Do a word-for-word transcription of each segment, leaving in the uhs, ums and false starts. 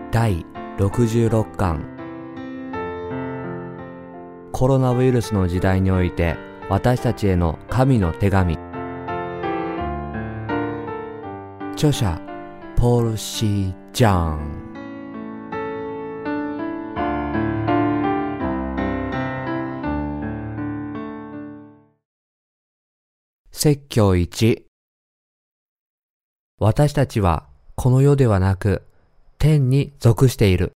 だいろくじゅうろっかん。コロナウイルスの時代において私たちへの神の手紙。著者ポール・シー・ジャン。説教いち。私たちはこの世ではなく天に属している。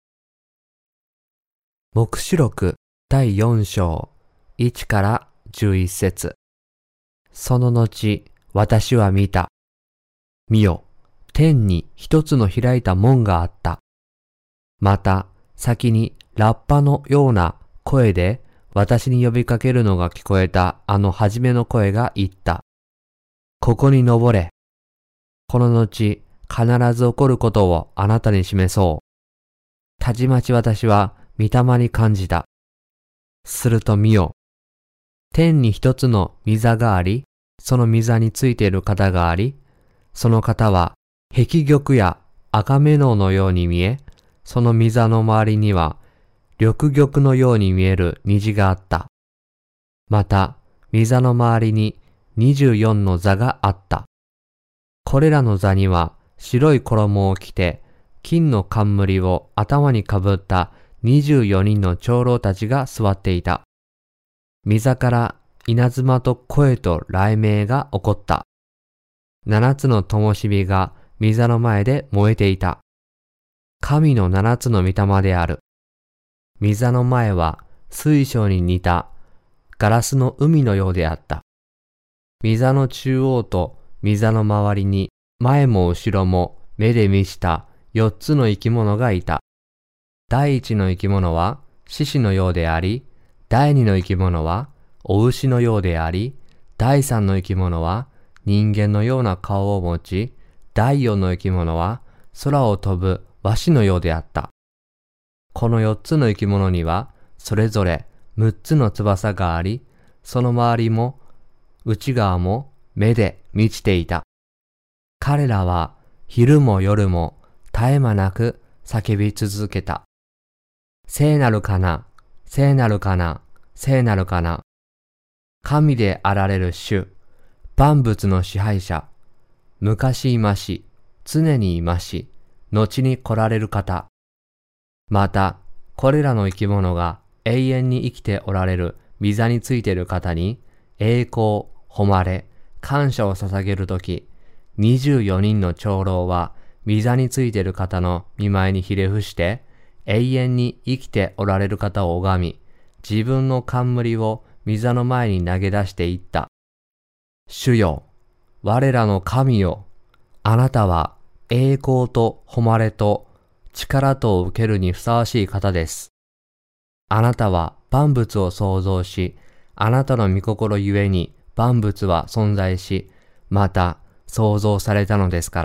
黙示録だいよん章いちからじゅういち節。その後私は見た。見よ、天に一つの開いた門があった。また先にラッパのような声で私に呼びかけるのが聞こえたあの初めの声が言った。ここに登れ。この後必ず起こることをあなたに示そう。たちまち私は御霊に感じた。すると見よ。天に一つの御座があり、その御座についている方があり、その方は壁玉や赤目ののように見え、その御座の周りには緑玉のように見える虹があった。また、御座の周りににじゅうよんの座があった。これらの座には白い衣を着て、金の冠を頭にかぶったにじゅうよにんの長老たちが座っていた。御座から稲妻と声と雷鳴が起こった。七つの灯火が御座の前で燃えていた。神の七つの御霊である。御座の前は水晶に似たガラスの海のようであった。御座の中央と御座の周りに前も後ろも目で見した四つの生き物がいた。第一の生き物は獅子のようであり、第二の生き物はお牛のようであり、第三の生き物は人間のような顔を持ち、第四の生き物は空を飛ぶワシのようであった。この四つの生き物にはそれぞれ六つの翼があり、その周りも内側も目で満ちていた。彼らは昼も夜も絶え間なく叫び続けた。聖なるかな、聖なるかな、聖なるかな。神であられる主、万物の支配者、昔いまし、常にいまし、後に来られる方。また、これらの生き物が永遠に生きておられる御座についている方に、栄光、誉れ、感謝を捧げるとき、にじゅうよにんの長老は、御座についている方の御前にひれ伏して、永遠に生きておられる方を拝み、自分の冠を御座の前に投げ出していった。主よ、我らの神よ、あなたは栄光と誉れと力とを受けるにふさわしい方です。あなたは万物を創造し、あなたの御心ゆえに万物は存在し、また創造されたのですから。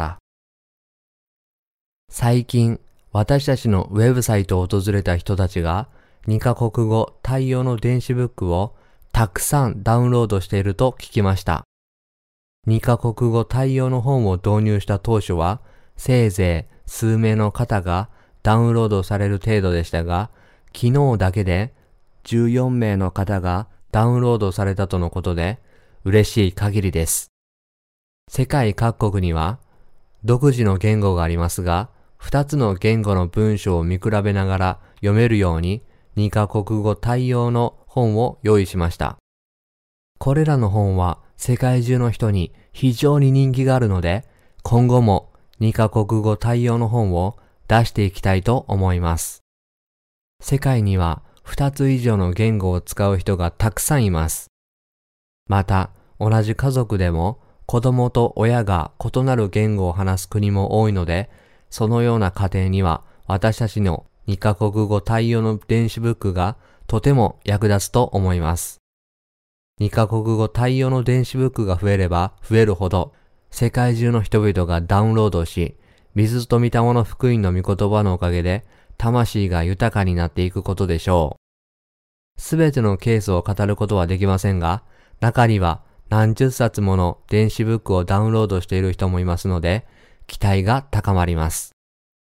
最近、私たちのウェブサイトを訪れた人たちがにカ国語対応の電子ブックをたくさんダウンロードしていると聞きました。にカ国語対応の本を導入した当初はせいぜい数名の方がダウンロードされる程度でしたが、昨日だけでじゅうよんめいの方がダウンロードされたとのことで嬉しい限りです。世界各国には独自の言語がありますが、二つの言語の文章を見比べながら読めるようににカ国語対応の本を用意しました。これらの本は世界中の人に非常に人気があるので、今後もにカ国語対応の本を出していきたいと思います。世界には二つ以上の言語を使う人がたくさんいます。また、同じ家族でも子供と親が異なる言語を話す国も多いので、そのような家庭には私たちのにカ国語対応の電子ブックがとても役立つと思います。にカ国語対応の電子ブックが増えれば増えるほど、世界中の人々がダウンロードし、水と御霊の福音の御言葉のおかげで魂が豊かになっていくことでしょう。すべてのケースを語ることはできませんが、中には何十冊もの電子ブックをダウンロードしている人もいますので、期待が高まります。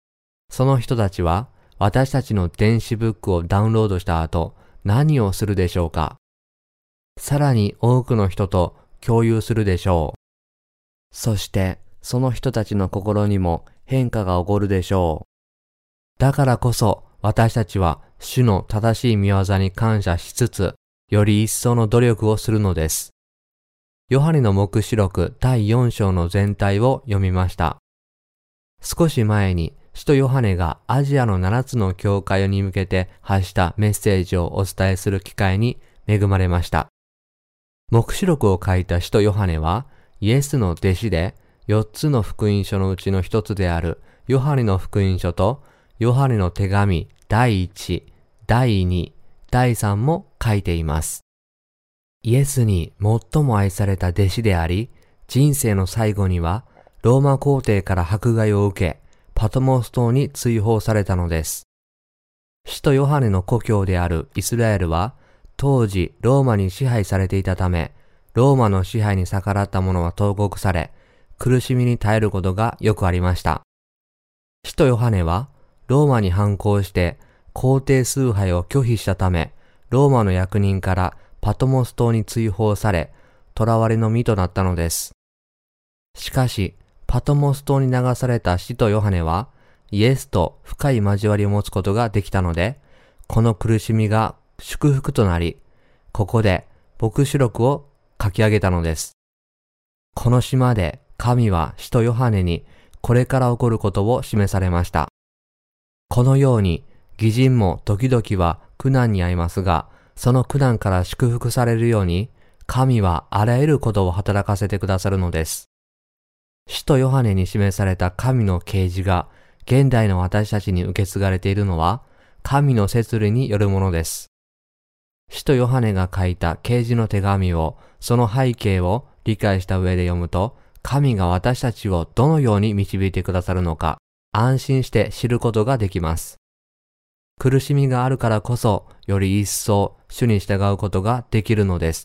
その人たちは私たちの電子ブックをダウンロードした後、何をするでしょうか？さらに多くの人と共有するでしょう。そしてその人たちの心にも変化が起こるでしょう。だからこそ私たちは主の正しい御業に感謝しつつ、より一層の努力をするのです。ヨハネの黙示録だいよん章の全体を読みました。少し前に使徒ヨハネがアジアのななつの教会に向けて発したメッセージをお伝えする機会に恵まれました。黙示録を書いた使徒ヨハネはイエスの弟子でよっつの福音書のうちの一つであるヨハネの福音書とヨハネの手紙だいいち、だいに、だいさんも書いています。イエスに最も愛された弟子であり、人生の最後にはローマ皇帝から迫害を受け、パトモス島に追放されたのです。使徒ヨハネの故郷であるイスラエルは、当時ローマに支配されていたため、ローマの支配に逆らった者は投獄され、苦しみに耐えることがよくありました。使徒ヨハネは、ローマに反抗して皇帝崇拝を拒否したため、ローマの役人からパトモス島に追放され、囚われの身となったのです。しかし、パトモス島に流された使徒ヨハネは、イエスと深い交わりを持つことができたので、この苦しみが祝福となり、ここで黙示録を書き上げたのです。この島で神は使徒ヨハネにこれから起こることを示されました。このように、義人も時々は苦難に遭いますが、その苦難から祝福されるように、神はあらゆることを働かせてくださるのです。使徒ヨハネに示された神の啓示が、現代の私たちに受け継がれているのは、神の摂理によるものです。使徒ヨハネが書いた啓示の手紙を、その背景を理解した上で読むと、神が私たちをどのように導いてくださるのか、安心して知ることができます。苦しみがあるからこそ、より一層主に従うことができるのです。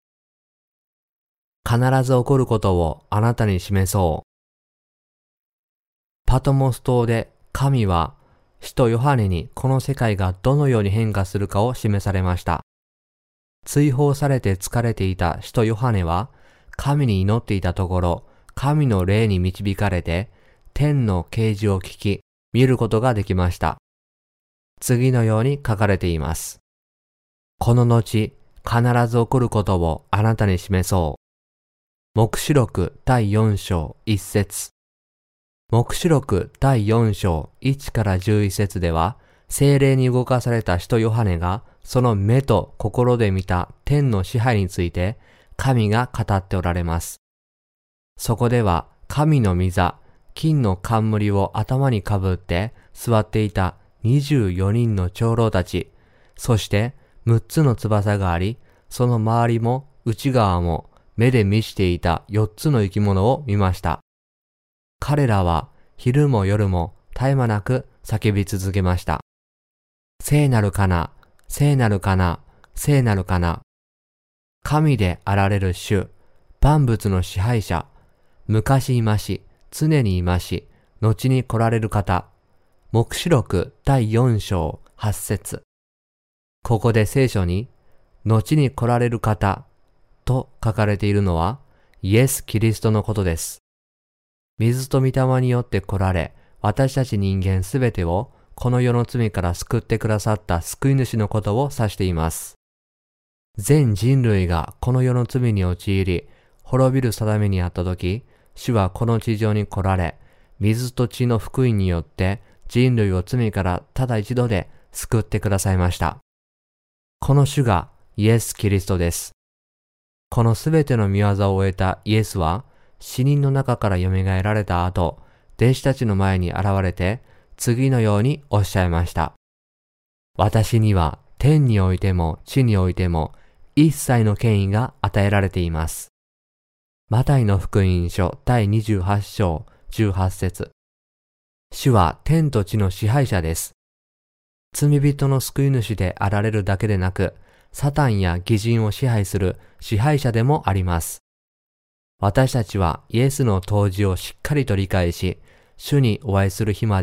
必ず起こることをあなたに示そう。パトモス島で神は使徒ヨハネにこの世界がどのように変化するかを示されました。追放されて疲れていた使徒ヨハネは神に祈っていたところ、神の霊に導かれて天の啓示を聞き、見ることができました。次のように書かれています。この後、必ず起こることをあなたに示そう。黙示録だいよん章いち節。黙示録だいよん章いちからじゅういち節では、聖霊に動かされた使徒ヨハネが、その目と心で見た天の支配について、神が語っておられます。そこでは、神の御座、金の冠を頭にかぶって座っていたにじゅうよにんの長老たち、そしてむっつの翼があり、その周りも内側も、目で見していた四つの生き物を見ました。彼らは昼も夜も絶え間なく叫び続けました。聖なるかな、聖なるかな、聖なるかな。神であられる主、万物の支配者、昔いまし、常にいまし、後に来られる方。黙示録だいよん章はち節。ここで聖書に、後に来られる方、と書かれているのはイエス・キリストのことです。水と御霊によって来られ、私たち人間すべてをこの世の罪から救ってくださった救い主のことを指しています。全人類がこの世の罪に陥り、滅びる定めにあったとき、主はこの地上に来られ、水と血の福音によって人類を罪からただ一度で救ってくださいました。この主がイエス・キリストです。このすべての御業を終えたイエスは、死人の中から蘇られた後、弟子たちの前に現れて、次のようにおっしゃいました。私には天においても地においても一切の権威が与えられています。マタイの福音書だいにじゅうはち章じゅうはち節。主は天と地の支配者です。罪人の救い主であられるだけでなく、サタンや義人を支配する支配者でもあります。私たちはイエスの当時をしっかりと理解し、主にお会いする日まで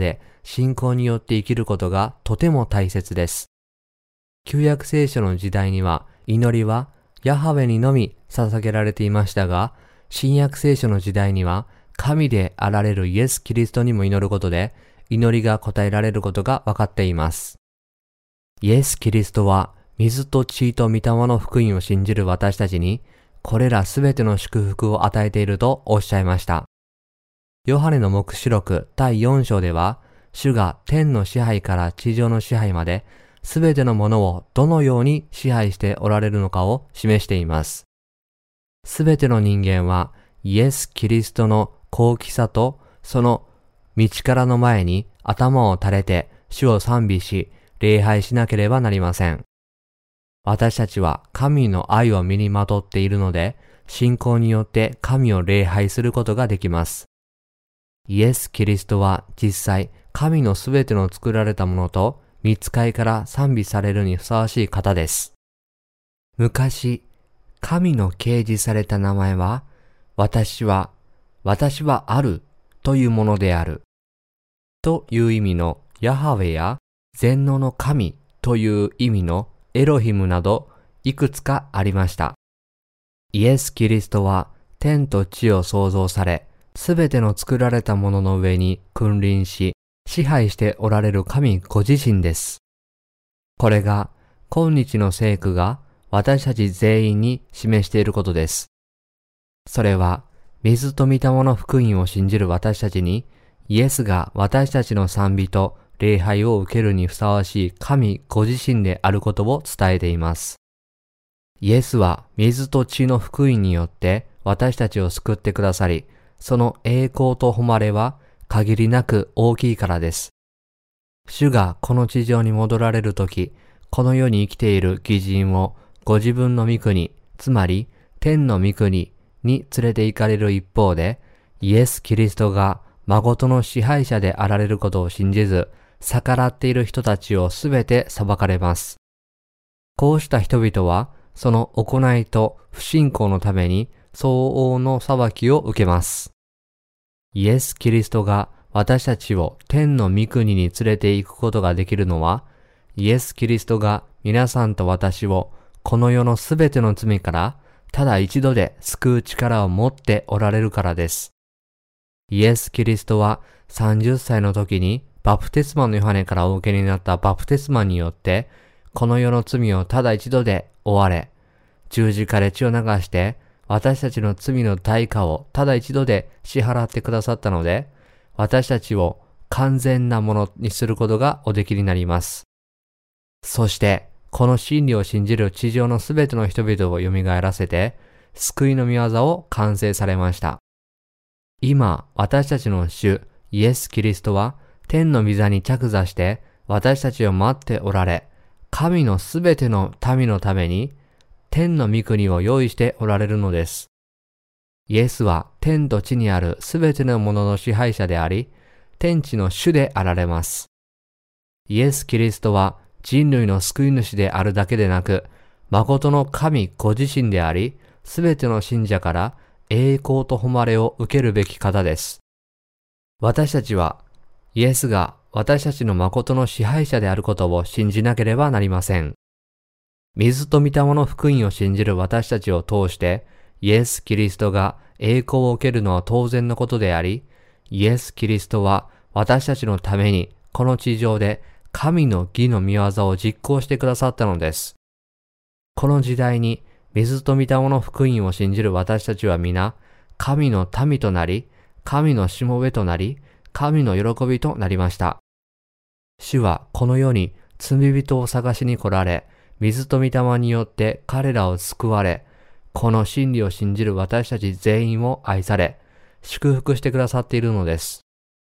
信仰によって生きることがとても大切です。旧約聖書の時代には祈りはヤハウェにのみ捧げられていましたが、新約聖書の時代には神であられるイエス・キリストにも祈ることで祈りが答えられることが分かっています。イエス・キリストは水と血と御霊の福音を信じる私たちにこれらすべての祝福を与えているとおっしゃいました。ヨハネの黙示録だいよん章では、主が天の支配から地上の支配まで、すべてのものをどのように支配しておられるのかを示しています。すべての人間は、イエス・キリストの高貴さと、その道からの前に頭を垂れて、主を賛美し、礼拝しなければなりません。私たちは神の愛を身にまとっているので、信仰によって神を礼拝することができます。イエス・キリストは実際神のすべての作られたものと御使いから賛美されるにふさわしい方です。昔、神の掲示された名前は、私は、私はあるというものである。という意味のヤハウェや全能の神という意味のエロヒムなどいくつかありました。イエス・キリストは天と地を創造され、すべての作られたものの上に君臨し、支配しておられる神ご自身です。これが今日の聖句が私たち全員に示していることです。それは水と御霊の福音を信じる私たちに、イエスが私たちの賛美と礼拝を受けるにふさわしい神ご自身であることを伝えています。イエスは水と血の福音によって私たちを救ってくださり、その栄光と誉れは限りなく大きいからです。主がこの地上に戻られるとき、この世に生きている義人をご自分の御国、つまり天の御国に連れて行かれる一方で、イエス・キリストが誠の支配者であられることを信じず、逆らっている人たちをすべて裁かれます。こうした人々は、その行いと不信仰のために相応の裁きを受けます。イエス・キリストが私たちを天の御国に連れて行くことができるのは、イエス・キリストが皆さんと私をこの世のすべての罪からただ一度で救う力を持っておられるからです。イエス・キリストはさんじゅっさいの時にバプテスマのヨハネからお受けになったバプテスマによって、この世の罪をただ一度で負われ、十字架で血を流して私たちの罪の代価をただ一度で支払ってくださったので、私たちを完全なものにすることがおできになります。そして、この真理を信じる地上のすべての人々を蘇らせて、救いの御業を完成されました。今、私たちの主、イエス・キリストは、天の御座に着座して、私たちを待っておられ、神のすべての民のために、天の御国を用意しておられるのです。イエスは天と地にあるすべてのものの支配者であり、天地の主であられます。イエス・キリストは人類の救い主であるだけでなく、誠の神ご自身であり、すべての信者から栄光と誉れを受けるべき方です。私たちは、イエスが私たちの誠の支配者であることを信じなければなりません。水と御霊の福音を信じる私たちを通して、イエス・キリストが栄光を受けるのは当然のことであり、イエス・キリストは私たちのためにこの地上で神の義の御業を実行してくださったのです。この時代に水と御霊の福音を信じる私たちは皆、神の民となり、神のしもべとなり、神の喜びとなりました。主はこの世に罪人を探しに来られ、水と御霊によって彼らを救われ、この真理を信じる私たち全員を愛され、祝福してくださっているのです。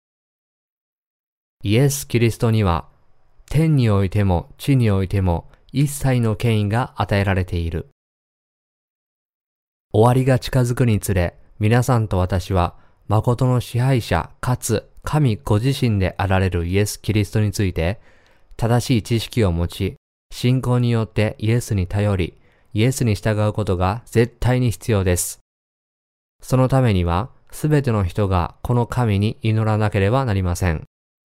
イエス・キリストには、天においても地においても一切の権威が与えられている。終わりが近づくにつれ、皆さんと私は、誠の支配者かつ神ご自身であられるイエス・キリストについて、正しい知識を持ち、信仰によってイエスに頼り、イエスに従うことが絶対に必要です。そのためには、すべての人がこの神に祈らなければなりません。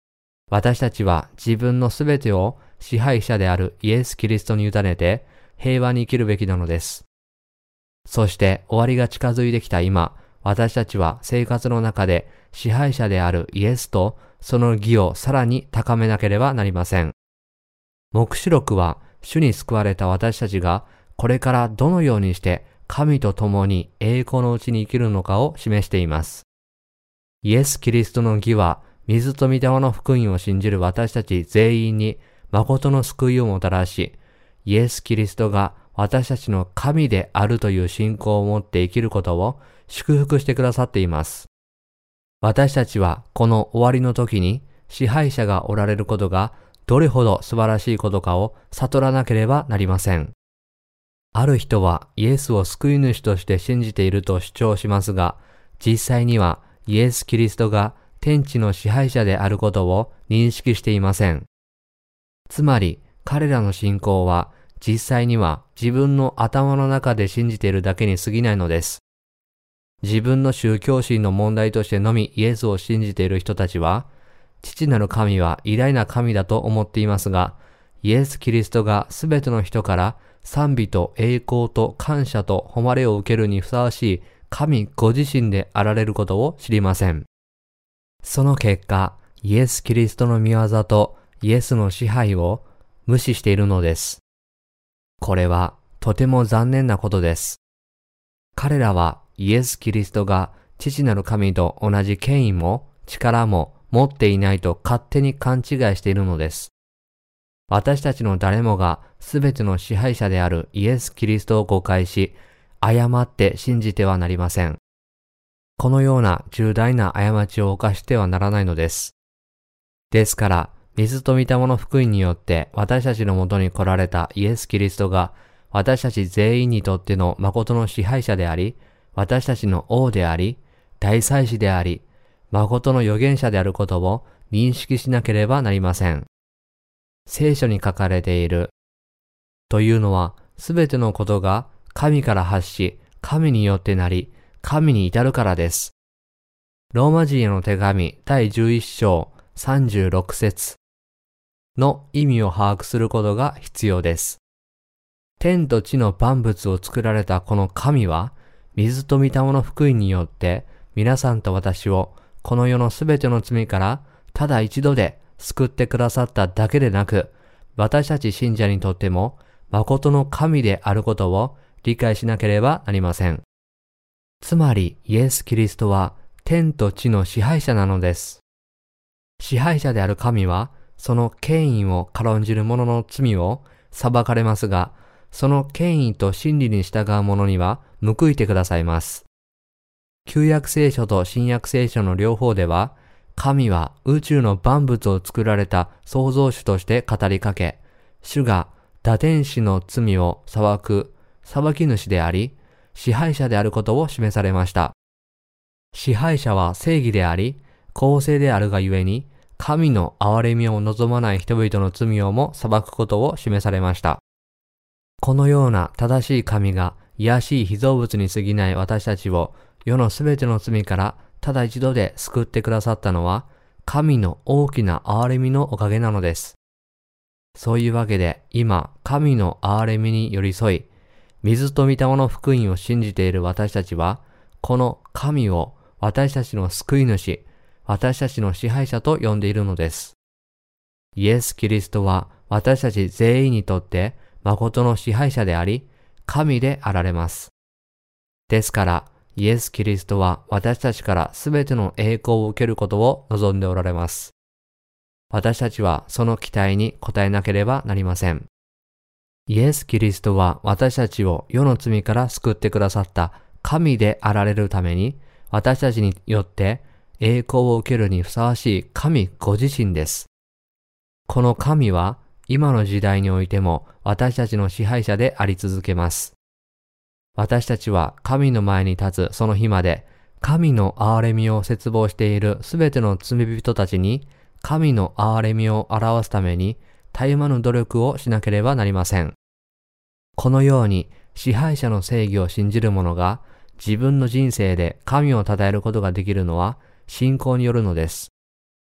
私たちは自分のすべてを支配者であるイエス・キリストに委ねて平和に生きるべきなのです。そして終わりが近づいてきた今、私たちは生活の中で支配者であるイエスとその義をさらに高めなければなりません。黙示録は主に救われた私たちがこれからどのようにして神と共に栄光のうちに生きるのかを示しています。イエス・キリストの義は水と御霊の福音を信じる私たち全員に誠の救いをもたらし、イエス・キリストが私たちの神であるという信仰を持って生きることを祝福してくださっています。私たちはこの終わりの時に支配者がおられることがどれほど素晴らしいことかを悟らなければなりません。ある人はイエスを救い主として信じていると主張しますが、実際にはイエス・キリストが天地の支配者であることを認識していません。つまり彼らの信仰は実際には自分の頭の中で信じているだけに過ぎないのです。自分の宗教心の問題としてのみイエスを信じている人たちは、父なる神は偉大な神だと思っていますが、イエス・キリストがすべての人から賛美と栄光と感謝と誉れを受けるにふさわしい神ご自身であられることを知りません。その結果、イエス・キリストの御業とイエスの支配を無視しているのです。これはとても残念なことです。彼らはイエス・キリストが父なる神と同じ権威も力も持っていないと勝手に勘違いしているのです。私たちの誰もがすべての支配者であるイエス・キリストを誤解し、誤って信じてはなりません。このような重大な過ちを犯してはならないのです。ですから、水と御霊の福音によって私たちのもとに来られたイエス・キリストが私たち全員にとっての誠の支配者であり、私たちの王であり、大祭司であり、誠の預言者であることを認識しなければなりません。聖書に書かれているというのはすべてのことが神から発し、神によってなり、神に至るからです。ローマ人への手紙第じゅういっ章さんじゅうろく節の意味を把握することが必要です。天と地の万物を作られたこの神は、水と御霊の福音によって皆さんと私をこの世のすべての罪からただ一度で救ってくださっただけでなく、私たち信者にとっても誠の神であることを理解しなければなりません。つまりイエス・キリストは天と地の支配者なのです。支配者である神はその権威を軽んじる者の罪を裁かれますが、その権威と真理に従う者には報いてくださいます。旧約聖書と新約聖書の両方では、神は宇宙の万物を作られた創造主として語りかけ、主が堕天使の罪を裁く裁き主であり、支配者であることを示されました。支配者は正義であり、公正であるがゆえに、神の憐れみを望まない人々の罪をも裁くことを示されました。このような正しい神が卑しい被造物に過ぎない私たちを世のすべての罪からただ一度で救ってくださったのは神の大きな憐れみのおかげなのです。そういうわけで今神の憐れみに寄り添い、水と御霊の福音を信じている私たちはこの神を私たちの救い主、私たちの支配者と呼んでいるのです。イエス・キリストは私たち全員にとって誠の支配者であり、神であられます。ですから、イエス・キリストは私たちからすべての栄光を受けることを望んでおられます。私たちはその期待に応えなければなりません。イエス・キリストは私たちを世の罪から救ってくださった神であられるために、私たちによって栄光を受けるにふさわしい神ご自身です。この神は今の時代においても私たちの支配者であり続けます。私たちは神の前に立つその日まで、神の憐れみを切望しているすべての罪人たちに、神の憐れみを表すために、たゆまぬ努力をしなければなりません。このように支配者の正義を信じる者が、自分の人生で神を称えることができるのは信仰によるのです。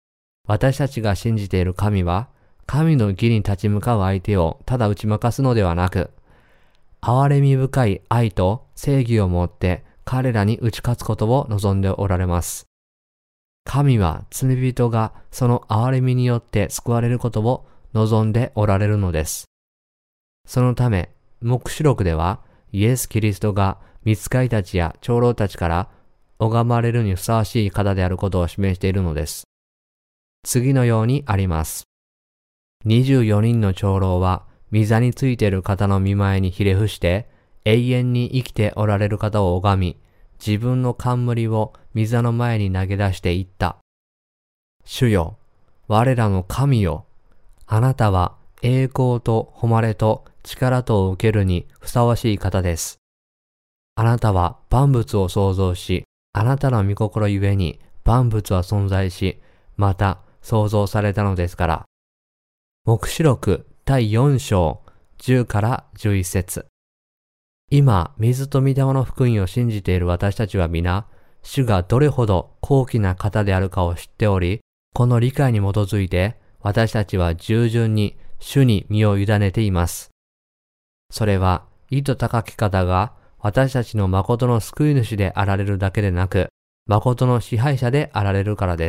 私たちが信じている神は、神の義に立ち向かう相手をただ打ち負かすのではなく、憐れみ深い愛と正義をもって彼らに打ち勝つことを望んでおられます。神は罪人がその憐れみによって救われることを望んでおられるのです。そのため、黙示録ではイエス・キリストが御使いたちや長老たちから拝まれるにふさわしい方であることを示しているのです。次のようにあります。にじゅうよにんの長老は、御座についている方の御前にひれ伏して、永遠に生きておられる方を拝み、自分の冠を御座の前に投げ出して言った。主よ、我らの神よ、あなたは栄光と誉れと力とを受けるにふさわしい方です。あなたは万物を創造し、あなたの御心ゆえに万物は存在し、また創造されたのですから。黙示録だいよん章じゅうからじゅういち節。今、水と御霊の福音を信じている私たちは皆、主がどれほど高貴な方であるかを知っており、この理解に基づいて、私たちは従順に主に身を委ねています。それは、意図高き方が私たちの誠の救い主であられるだけでなく、誠の支配者であられるからです。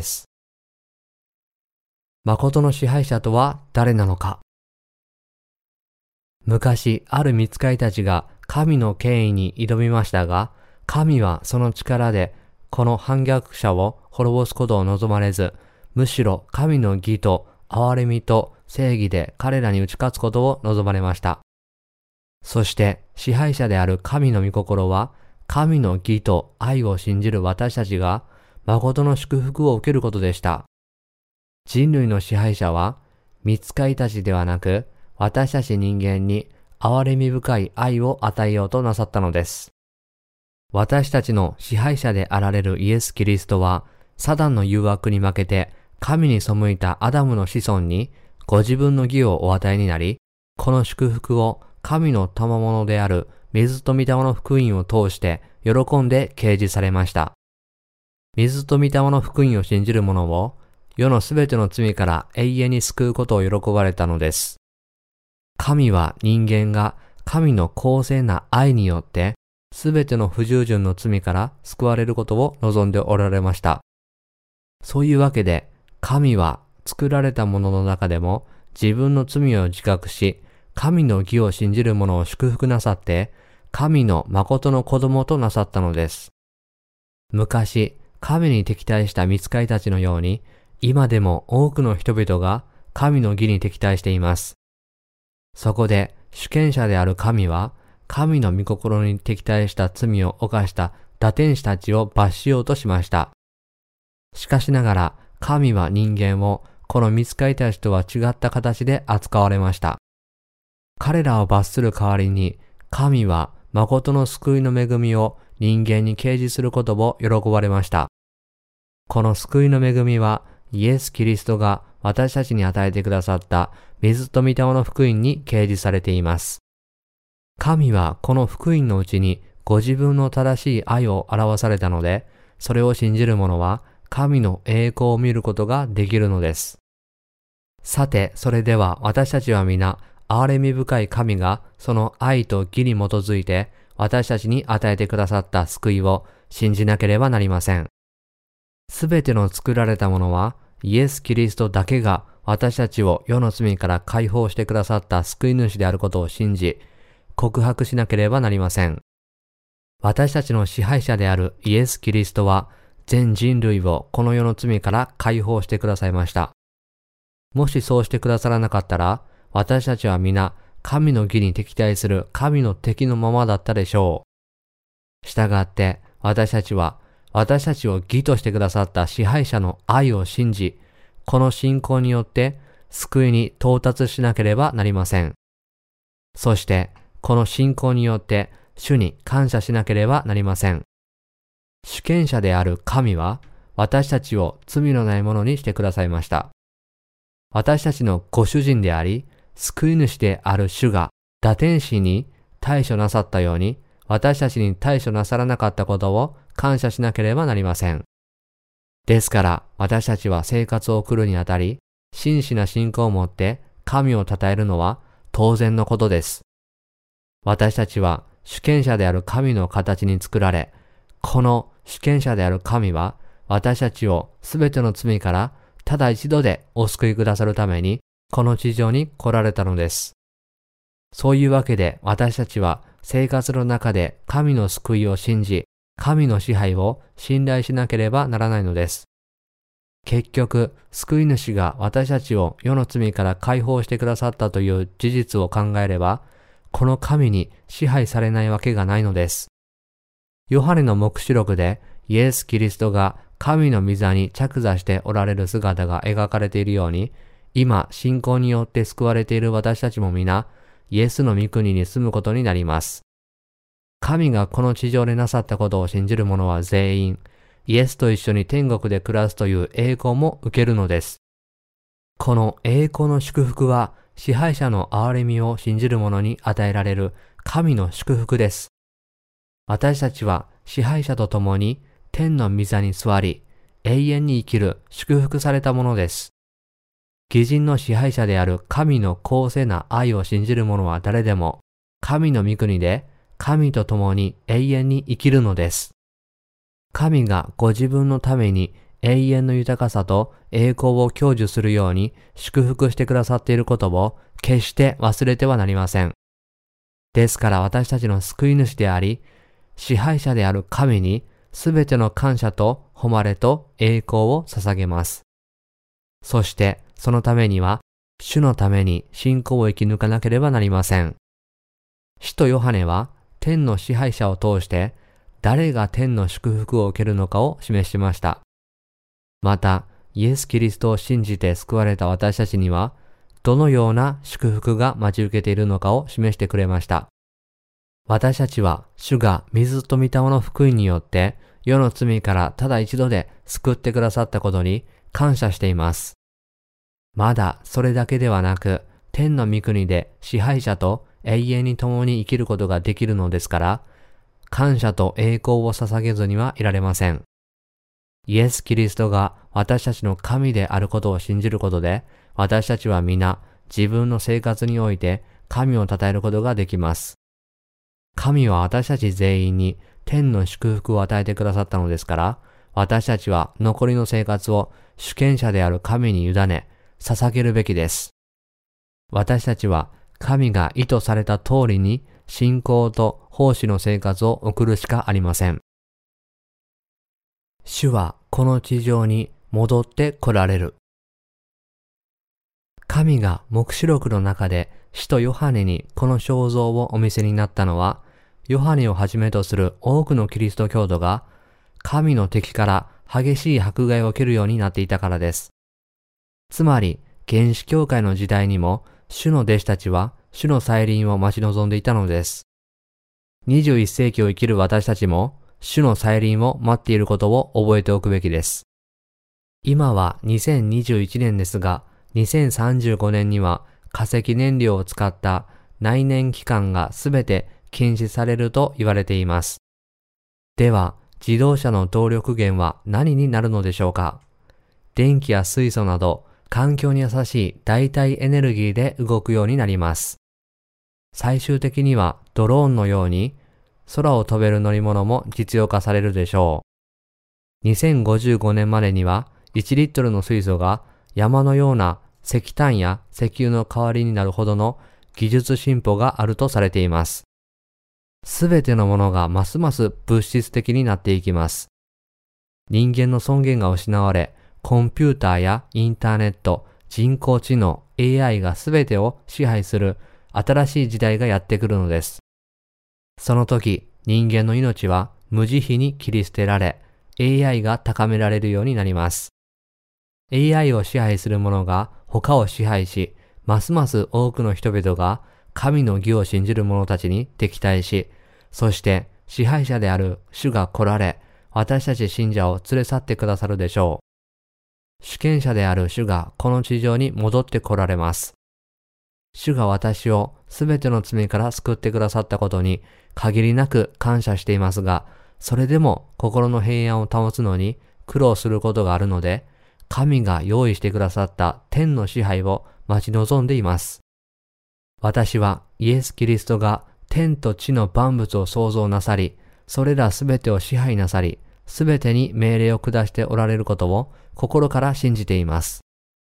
誠の支配者とは誰なのか。昔、ある御使いたちが神の権威に挑みましたが、神はその力でこの反逆者を滅ぼすことを望まれず、むしろ神の義と憐れみと正義で彼らに打ち勝つことを望まれました。そして支配者である神の御心は、神の義と愛を信じる私たちが誠の祝福を受けることでした。人類の支配者は、御使いたちではなく、私たち人間に憐れみ深い愛を与えようとなさったのです。私たちの支配者であられるイエス・キリストは、サタンの誘惑に負けて、神に背いたアダムの子孫に、ご自分の義をお与えになり、この祝福を神の賜物である水と御霊の福音を通して喜んで掲示されました。水と御霊の福音を信じる者を、世のすべての罪から永遠に救うことを喜ばれたのです。神は人間が神の公正な愛によってすべての不従順の罪から救われることを望んでおられました。そういうわけで、神は作られたものの中でも自分の罪を自覚し、神の義を信じる者を祝福なさって、神の誠の子供となさったのです。昔、神に敵対した御使いたちのように、今でも多くの人々が神の義に敵対しています。そこで主権者である神は、神の御心に敵対した罪を犯した堕天使たちを罰しようとしました。しかしながら神は人間をこの御使いたちとは違った形で扱われました。彼らを罰する代わりに、神は誠の救いの恵みを人間に掲示することを喜ばれました。この救いの恵みは、イエス・キリストが私たちに与えてくださった水と御霊の福音に掲示されています。神はこの福音のうちにご自分の正しい愛を表されたので、それを信じる者は神の栄光を見ることができるのです。さて、それでは私たちは皆、憐れみ深い神がその愛と義に基づいて私たちに与えてくださった救いを信じなければなりません。すべての作られたものは、イエス・キリストだけが私たちを世の罪から解放してくださった救い主であることを信じ、告白しなければなりません。私たちの支配者であるイエス・キリストは、全人類をこの世の罪から解放してくださいました。もしそうしてくださらなかったら、私たちは皆、神の義に敵対する神の敵のままだったでしょう。したがって、私たちは、私たちを義としてくださった支配者の愛を信じ、この信仰によって救いに到達しなければなりません。そして、この信仰によって主に感謝しなければなりません。主権者である神は、私たちを罪のないものにしてくださいました。私たちのご主人であり、救い主である主が堕天使に対処なさったように、私たちに対処なさらなかったことを感謝しなければなりません。 ですから私たちは生活を送るにあたり、真摯な信仰を持って神を称えるのは当然のことです。私たちは主権者である神の形に作られ、この主権者である神は私たちをすべての罪からただ一度でお救いくださるためにこの地上に来られたのです。そういうわけで私たちは生活の中で神の救いを信じ、神の支配を信頼しなければならないのです。結局、救い主が私たちを世の罪から解放してくださったという事実を考えれば、この神に支配されないわけがないのです。ヨハネの黙示録でイエス・キリストが神の御座に着座しておられる姿が描かれているように、今信仰によって救われている私たちも皆、イエスの御国に住むことになります。神がこの地上でなさったことを信じる者は全員、イエスと一緒に天国で暮らすという栄光も受けるのです。この栄光の祝福は、支配者の憐れみを信じる者に与えられる神の祝福です。私たちは支配者と共に天の御座に座り、永遠に生きる祝福されたものです。義人の支配者である神の公正な愛を信じる者は誰でも、神の御国で神と共に永遠に生きるのです。神がご自分のために永遠の豊かさと栄光を享受するように祝福してくださっていることを決して忘れてはなりません。ですから私たちの救い主であり、支配者である神にすべての感謝と誉れと栄光を捧げます。そしてそのためには、主のために信仰を生き抜かなければなりません。使徒ヨハネは天の支配者を通して誰が天の祝福を受けるのかを示しました。また、イエス・キリストを信じて救われた私たちには、どのような祝福が待ち受けているのかを示してくれました。私たちは主が水と御霊の福音によって世の罪からただ一度で救ってくださったことに感謝しています。まだそれだけではなく、天の御国で支配者と永遠に共に生きることができるのですから、感謝と栄光を捧げずにはいられません。イエス・キリストが私たちの神であることを信じることで、私たちは皆自分の生活において神を称えることができます。神は私たち全員に天の祝福を与えてくださったのですから、私たちは残りの生活を主権者である神に委ね、捧げるべきです。私たちは神が意図された通りに信仰と奉仕の生活を送るしかありません。主はこの地上に戻って来られる。神が黙示録の中で使徒ヨハネにこの肖像をお見せになったのは、ヨハネをはじめとする多くのキリスト教徒が神の敵から激しい迫害を受けるようになっていたからです。つまり、原始教会の時代にも主の弟子たちは主の再臨を待ち望んでいたのです。にじゅういっ世紀を生きる私たちも主の再臨を待っていることを覚えておくべきです。今はにせんにじゅういちねんですが、にせんさんじゅうごねんには化石燃料を使った内燃機関がすべて禁止されると言われています。では、自動車の動力源は何になるのでしょうか？電気や水素など環境に優しい代替エネルギーで動くようになります。最終的にはドローンのように空を飛べる乗り物も実用化されるでしょう。にせんごじゅうごねんまでにはいちリットルの水素が山のような石炭や石油の代わりになるほどの技術進歩があるとされています。すべてのものがますます物質的になっていきます。人間の尊厳が失われ、コンピューターやインターネット、人工知能、エーアイ がすべてを支配する新しい時代がやってくるのです。その時、人間の命は無慈悲に切り捨てられ、エーアイ が高められるようになります。エーアイ を支配する者が他を支配し、ますます多くの人々が神の義を信じる者たちに敵対し、そして支配者である主が来られ、私たち信者を連れ去ってくださるでしょう。主権者である主がこの地上に戻って来られます。主が私をすべての罪から救ってくださったことに限りなく感謝していますが、それでも心の平安を保つのに苦労することがあるので、神が用意してくださった天の支配を待ち望んでいます。私はイエス・キリストが天と地の万物を創造なさり、それらすべてを支配なさり、すべてに命令を下しておられることを心から信じています。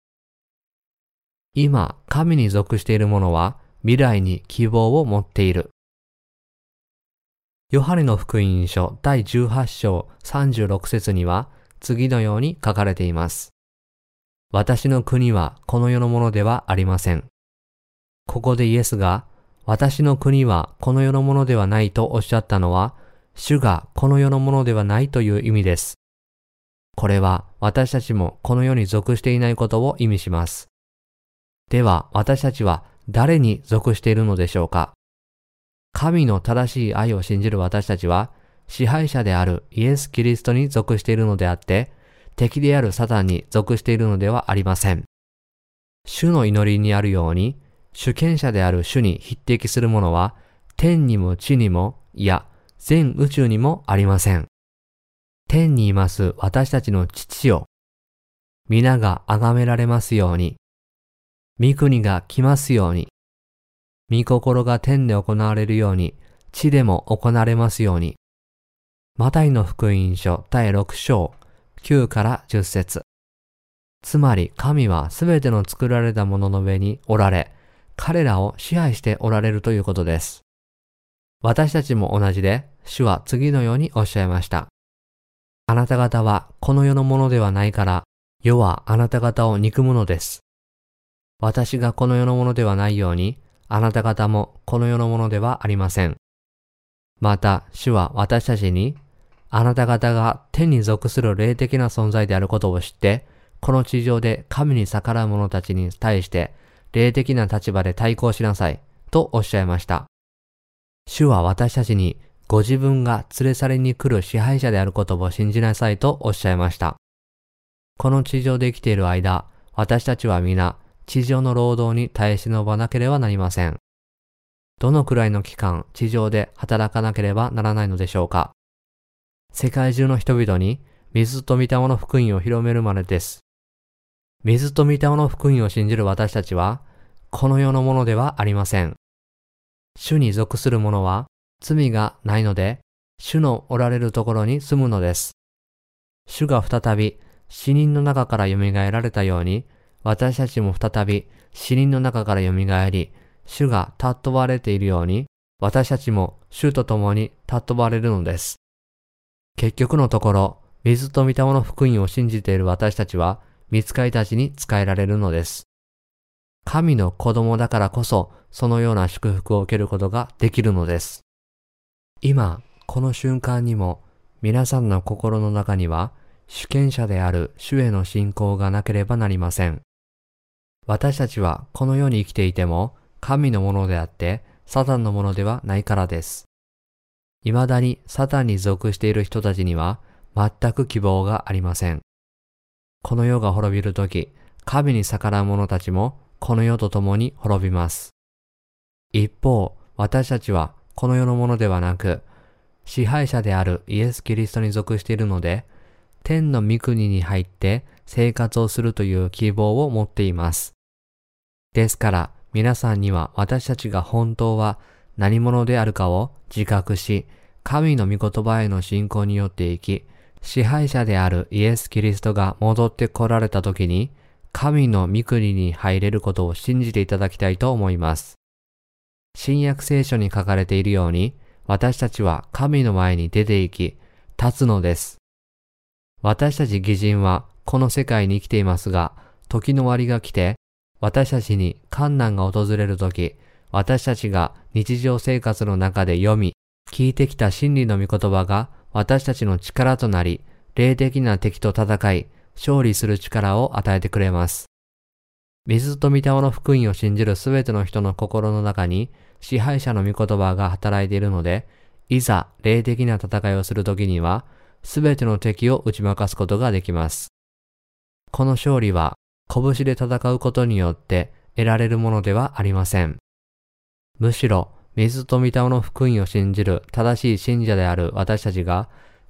今、神に属している者は未来に希望を持っている。ヨハネの福音書だいじゅうはち章さんじゅうろく節には次のように書かれています。私の国はこの世のものではありません。ここでイエスが、私の国はこの世のものではないとおっしゃったのは、主がこの世のものではないという意味です。これは私たちもこの世に属していないことを意味します。では私たちは誰に属しているのでしょうか。神の正しい愛を信じる私たちは、支配者であるイエス・キリストに属しているのであって、敵であるサタンに属しているのではありません。主の祈りにあるように、主権者である主に匹敵するものは、天にも地にも、いや、全宇宙にもありません。天にいます私たちの父よ。皆が崇められますように。御国が来ますように。御心が天で行われるように、地でも行われますように。マタイの福音書だいろく章きゅうからじゅっ節。つまり神はすべての作られたものの上におられ、彼らを支配しておられるということです。私たちも同じで、主は次のようにおっしゃいました。あなた方はこの世のものではないから、世はあなた方を憎むのです。私がこの世のものではないように、あなた方もこの世のものではありません。また、主は私たちに、あなた方が天に属する霊的な存在であることを知って、この地上で神に逆らう者たちに対して、霊的な立場で対抗しなさい、とおっしゃいました。主は私たちに、ご自分が連れ去りに来る支配者であることを信じなさいとおっしゃいました。この地上で生きている間、私たちは皆、地上の労働に耐え忍ばなければなりません。どのくらいの期間、地上で働かなければならないのでしょうか。世界中の人々に、水と御霊の福音を広めるまでです。水と御霊の福音を信じる私たちは、この世のものではありません。主に属する者は、罪がないので、主のおられるところに住むのです。主が再び死人の中から蘇られたように、私たちも再び死人の中から蘇り、主が尊ばれているように、私たちも主と共に尊ばれるのです。結局のところ、水と御霊の福音を信じている私たちは、御使いたちに仕えられるのです。神の子供だからこそ、そのような祝福を受けることができるのです。今、この瞬間にも、皆さんの心の中には、主権者である主への信仰がなければなりません。私たちはこの世に生きていても、神のものであって、サタンのものではないからです。未だにサタンに属している人たちには、全く希望がありません。この世が滅びるとき、神に逆らう者たちも、この世と共に滅びます。一方、私たちはこの世のものではなく、支配者であるイエス・キリストに属しているので、天の御国に入って生活をするという希望を持っています。ですから皆さんには私たちが本当は何者であるかを自覚し、神の御言葉への信仰によって生き、支配者であるイエス・キリストが戻って来られた時に、神の御国に入れることを信じていただきたいと思います。新約聖書に書かれているように、私たちは神の前に出て行き、立つのです。私たち義人はこの世界に生きていますが、時の終わりが来て、私たちに困難が訪れるとき、私たちが日常生活の中で読み、聞いてきた真理の御言葉が私たちの力となり、霊的な敵と戦い、勝利する力を与えてくれます。水と御霊の福音を信じるすべての人の心の中に支配者の御言葉が働いているので、いざ霊的な戦いをするときには、すべての敵を打ち負かすことができます。この勝利は、拳で戦うことによって得られるものではありません。むしろ、水と御霊の福音を信じる正しい信者である私たちが、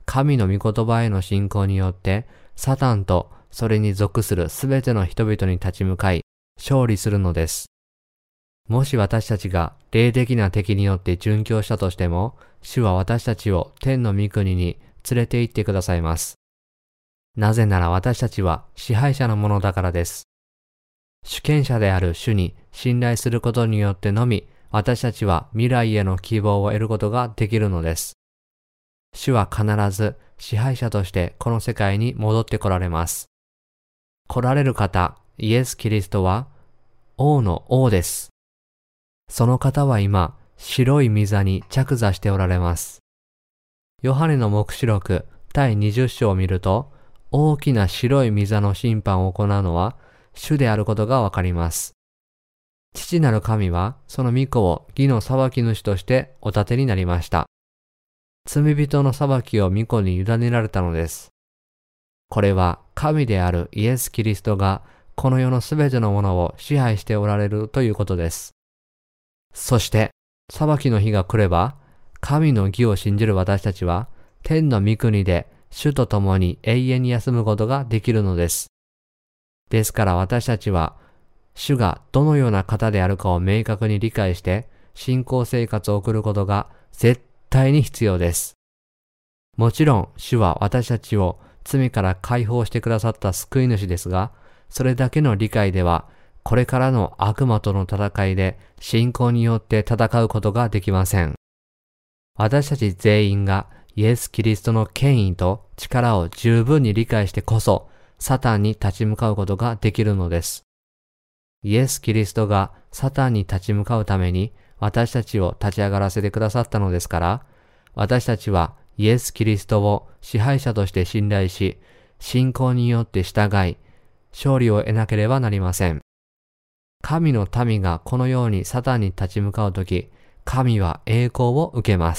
神の御言葉への信仰によって、サタンとそれに属するすべての人々に立ち向かい、勝利するのです。もし私たちが霊的な敵によって殉教したとしても、主は私たちを天の御国に連れて行ってくださいます。なぜなら私たちは支配者のものだからです。主権者である主に信頼することによってのみ、私たちは未来への希望を得ることができるのです。主は必ず支配者としてこの世界に戻って来られます。来られる方、イエス・キリストは王の王です。その方は今、白い御座に着座しておられます。ヨハネの黙示録第にじゅっ章を見ると、大きな白い御座の審判を行うのは主であることがわかります。父なる神はその御子を義の裁き主としてお立てになりました。罪人の裁きを御子に委ねられたのです。これは神であるイエス・キリストがこの世のすべてのものを支配しておられるということです。そして裁きの日が来れば、神の義を信じる私たちは天の御国で主と共に永遠に休むことができるのです。ですから私たちは主がどのような方であるかを明確に理解して信仰生活を送ることが絶対に必要です。もちろん主は私たちを罪から解放してくださった救い主ですが、それだけの理解ではこれからの悪魔との戦いで信仰によって戦うことができません。私たち全員がイエス・キリストの権威と力を十分に理解してこそ、サタンに立ち向かうことができるのです。イエス・キリストがサタンに立ち向かうために私たちを立ち上がらせてくださったのですから、私たちはイエス・キリストを支配者として信頼し、信仰によって従い、勝利を得なければなりません。神の民がこのようにサタンに立ち向かうとき、神は栄光を受けます。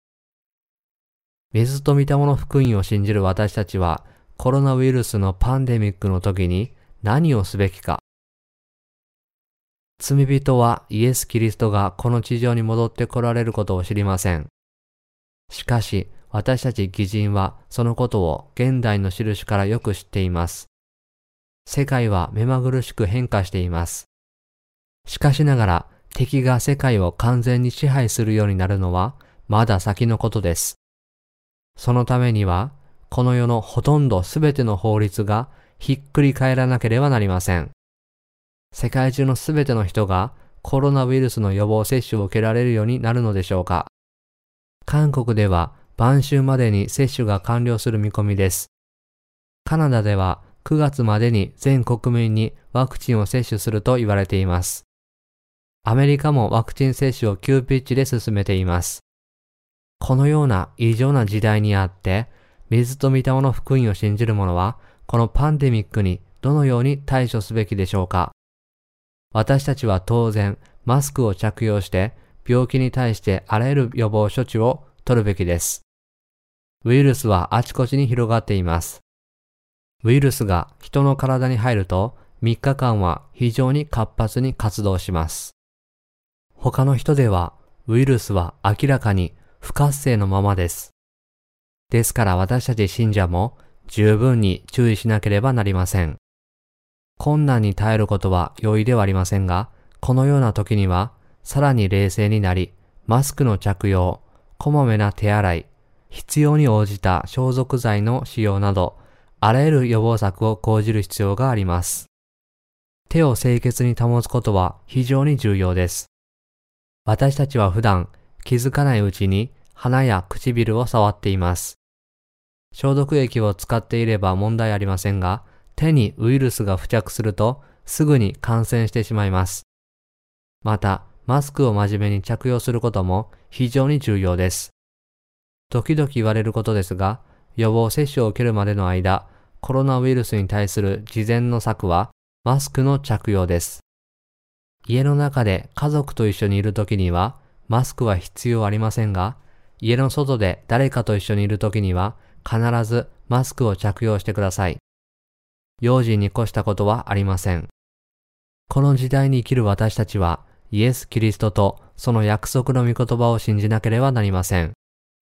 水と御霊の福音を信じる私たちは、コロナウイルスのパンデミックの時に何をすべきか。罪人はイエス・キリストがこの地上に戻って来られることを知りません。しかし、私たち義人はそのことを現代の印からよく知っています。世界は目まぐるしく変化しています。しかしながら、敵が世界を完全に支配するようになるのはまだ先のことです。そのためには、この世のほとんどすべての法律がひっくり返らなければなりません。世界中のすべての人がコロナウイルスの予防接種を受けられるようになるのでしょうか。韓国では晩秋までに接種が完了する見込みです。カナダではくがつまでに全国民にワクチンを接種すると言われています。アメリカもワクチン接種を急ピッチで進めています。このような異常な時代にあって、水と御霊の福音を信じる者は、このパンデミックにどのように対処すべきでしょうか。私たちは当然、マスクを着用して、病気に対してあらゆる予防処置を取るべきです。ウイルスはあちこちに広がっています。ウイルスが人の体に入ると、みっかかんは非常に活発に活動します。他の人では、ウイルスは明らかに不活性のままです。ですから私たち信者も十分に注意しなければなりません。困難に耐えることは容易ではありませんが、このような時にはさらに冷静になり、マスクの着用、こまめな手洗い、必要に応じた消毒剤の使用など、あらゆる予防策を講じる必要があります。手を清潔に保つことは非常に重要です。私たちは普段気づかないうちに鼻や唇を触っています。消毒液を使っていれば問題ありませんが、手にウイルスが付着するとすぐに感染してしまいます。また、マスクを真面目に着用することも非常に重要です。時々言われることですが、予防接種を受けるまでの間、コロナウイルスに対する事前の策はマスクの着用です。家の中で家族と一緒にいるときにはマスクは必要ありませんが、家の外で誰かと一緒にいるときには必ずマスクを着用してください。用心に越したことはありません。この時代に生きる私たちはイエス・キリストとその約束の御言葉を信じなければなりません。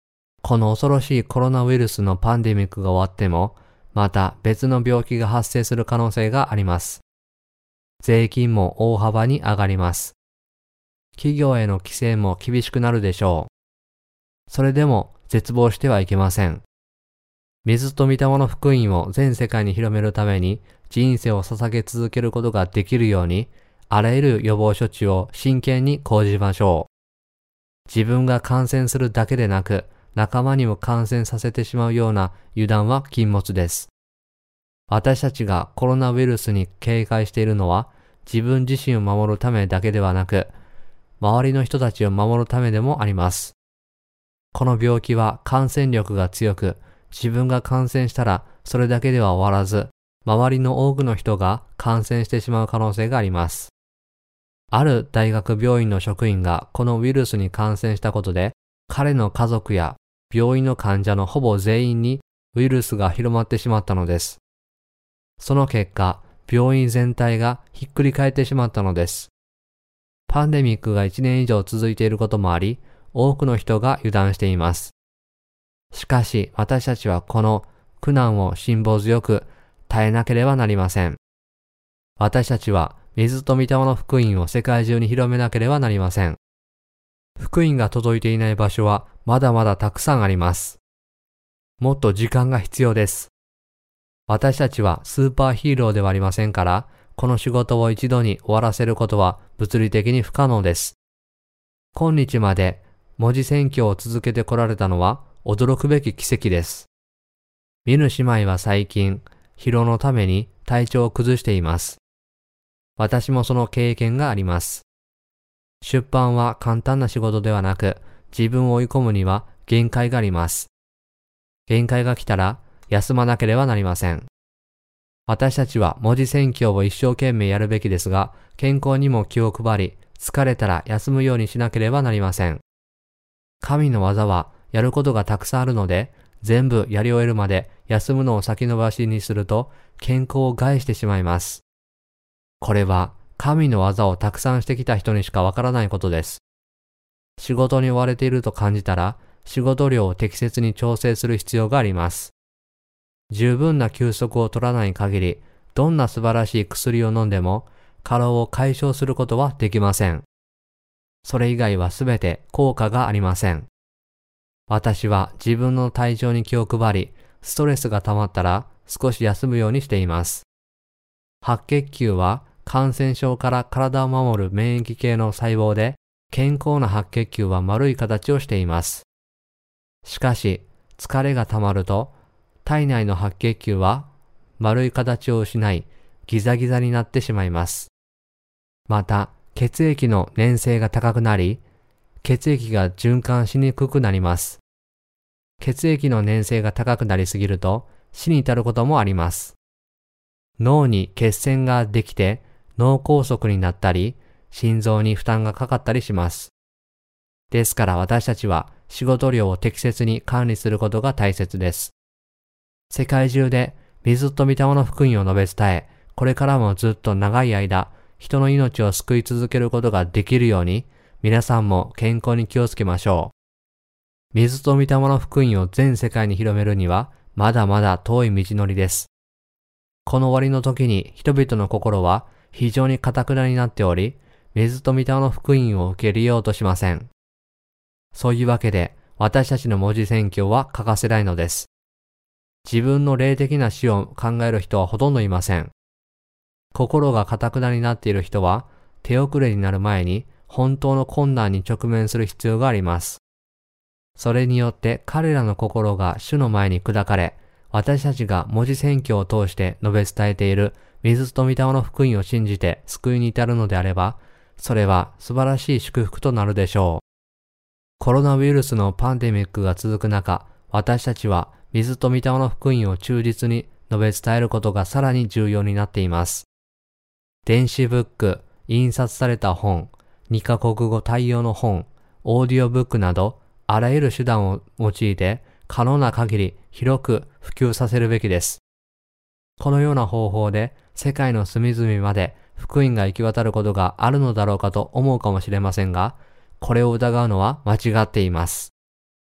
この恐ろしいコロナウイルスのパンデミックが終わっても、また別の病気が発生する可能性があります。税金も大幅に上がります。企業への規制も厳しくなるでしょう。それでも絶望してはいけません。水と御霊の福音を全世界に広めるために人生を捧げ続けることができるように、あらゆる予防処置を真剣に講じましょう。自分が感染するだけでなく、仲間にも感染させてしまうような油断は禁物です。私たちがコロナウイルスに警戒しているのは、自分自身を守るためだけではなく、周りの人たちを守るためでもあります。この病気は感染力が強く、自分が感染したらそれだけでは終わらず、周りの多くの人が感染してしまう可能性があります。ある大学病院の職員がこのウイルスに感染したことで、彼の家族や病院の患者のほぼ全員にウイルスが広まってしまったのです。その結果、病院全体がひっくり返ってしまったのです。パンデミックがいちねん以上続いていることもあり、多くの人が油断しています。しかし私たちはこの苦難を辛抱強く耐えなければなりません。私たちは水と御霊の福音を世界中に広めなければなりません。福音が届いていない場所はまだまだたくさんあります。もっと時間が必要です。私たちはスーパーヒーローではありませんから、この仕事を一度に終わらせることは物理的に不可能です。今日まで文字宣教を続けてこられたのは驚くべき奇跡です。ミヌ姉妹は最近、疲労のために体調を崩しています。私もその経験があります。出版は簡単な仕事ではなく、自分を追い込むには限界があります。限界が来たら休まなければなりません。私たちは文字宣教を一生懸命やるべきですが、健康にも気を配り、疲れたら休むようにしなければなりません。神の技はやることがたくさんあるので、全部やり終えるまで休むのを先延ばしにすると健康を害してしまいます。これは神の技をたくさんしてきた人にしかわからないことです。仕事に追われていると感じたら、仕事量を適切に調整する必要があります。十分な休息を取らない限り、どんな素晴らしい薬を飲んでも、過労を解消することはできません。それ以外はすべて効果がありません。私は自分の体調に気を配り、ストレスが溜まったら少し休むようにしています。白血球は感染症から体を守る免疫系の細胞で、健康な白血球は丸い形をしています。しかし、疲れが溜まると、体内の白血球は丸い形を失い、ギザギザになってしまいます。また、血液の粘性が高くなり、血液が循環しにくくなります。血液の粘性が高くなりすぎると死に至ることもあります。脳に血栓ができて脳梗塞になったり、心臓に負担がかかったりします。ですから私たちは仕事量を適切に管理することが大切です。世界中で水と御霊の福音を述べ伝え、これからもずっと長い間、人の命を救い続けることができるように、皆さんも健康に気をつけましょう。水と御霊の福音を全世界に広めるには、まだまだ遠い道のりです。この終わりの時に人々の心は非常に堅くなになっており、水と御霊の福音を受け入れようとしません。そういうわけで、私たちの文字宣教は欠かせないのです。自分の霊的な死を考える人はほとんどいません。心が堅くなになっている人は、手遅れになる前に本当の困難に直面する必要があります。それによって彼らの心が主の前に砕かれ、私たちが文字宣教を通して述べ伝えている水と御霊の福音を信じて救いに至るのであれば、それは素晴らしい祝福となるでしょう。コロナウイルスのパンデミックが続く中、私たちは水と御霊の福音を忠実に述べ伝えることがさらに重要になっています。電子ブック、印刷された本、にカ国語対応の本、オーディオブックなど、あらゆる手段を用いて可能な限り広く普及させるべきです。このような方法で世界の隅々まで福音が行き渡ることがあるのだろうかと思うかもしれませんが、これを疑うのは間違っています。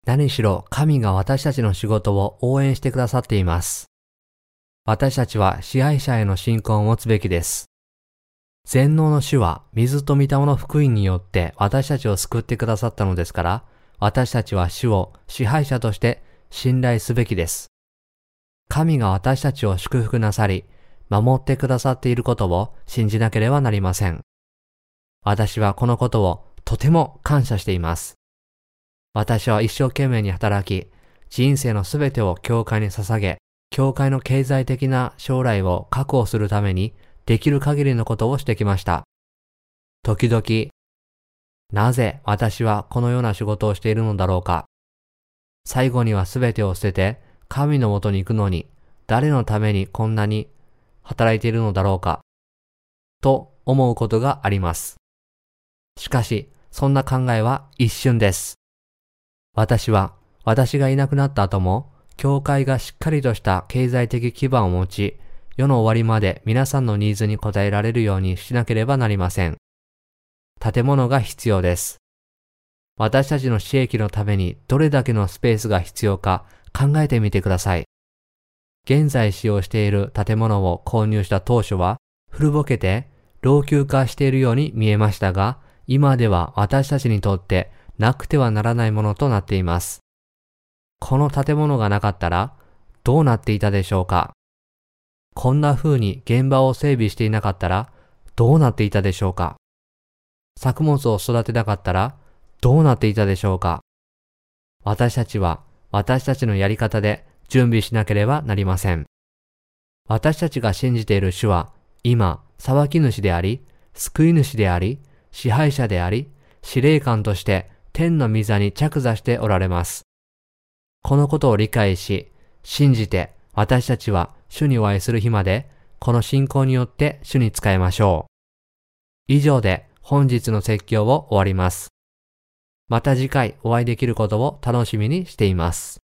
何しろ神が私たちの仕事を応援してくださっています。私たちは支配者への信仰を持つべきです。全能の主は水と御霊の福音によって私たちを救ってくださったのですから、私たちは主を支配者として信頼すべきです。神が私たちを祝福なさり、守ってくださっていることを信じなければなりません。私はこのことをとても感謝しています。私は一生懸命に働き、人生のすべてを教会に捧げ、教会の経済的な将来を確保するためにできる限りのことをしてきました。時々、なぜ私はこのような仕事をしているのだろうか。最後にはすべてを捨てて神のもとに行くのに誰のためにこんなに働いているのだろうか。と思うことがあります。しかし、そんな考えは一瞬です。私は私がいなくなった後も教会がしっかりとした経済的基盤を持ち、世の終わりまで皆さんのニーズに応えられるようにしなければなりません。建物が必要です。私たちの私益のためにどれだけのスペースが必要か考えてみてください。現在使用している建物を購入した当初は古ぼけて老朽化しているように見えましたが、今では私たちにとってなくてはならないものとなっています。この建物がなかったらどうなっていたでしょうか。こんな風に現場を整備していなかったらどうなっていたでしょうか。作物を育てなかったらどうなっていたでしょうか。私たちは私たちのやり方で準備しなければなりません。私たちが信じている主は今、裁き主であり、救い主であり、支配者であり、司令官として天の御座に着座しておられます。このことを理解し、信じて私たちは主にお会いする日まで、この信仰によって主に仕えましょう。以上で本日の説教を終わります。また次回お会いできることを楽しみにしています。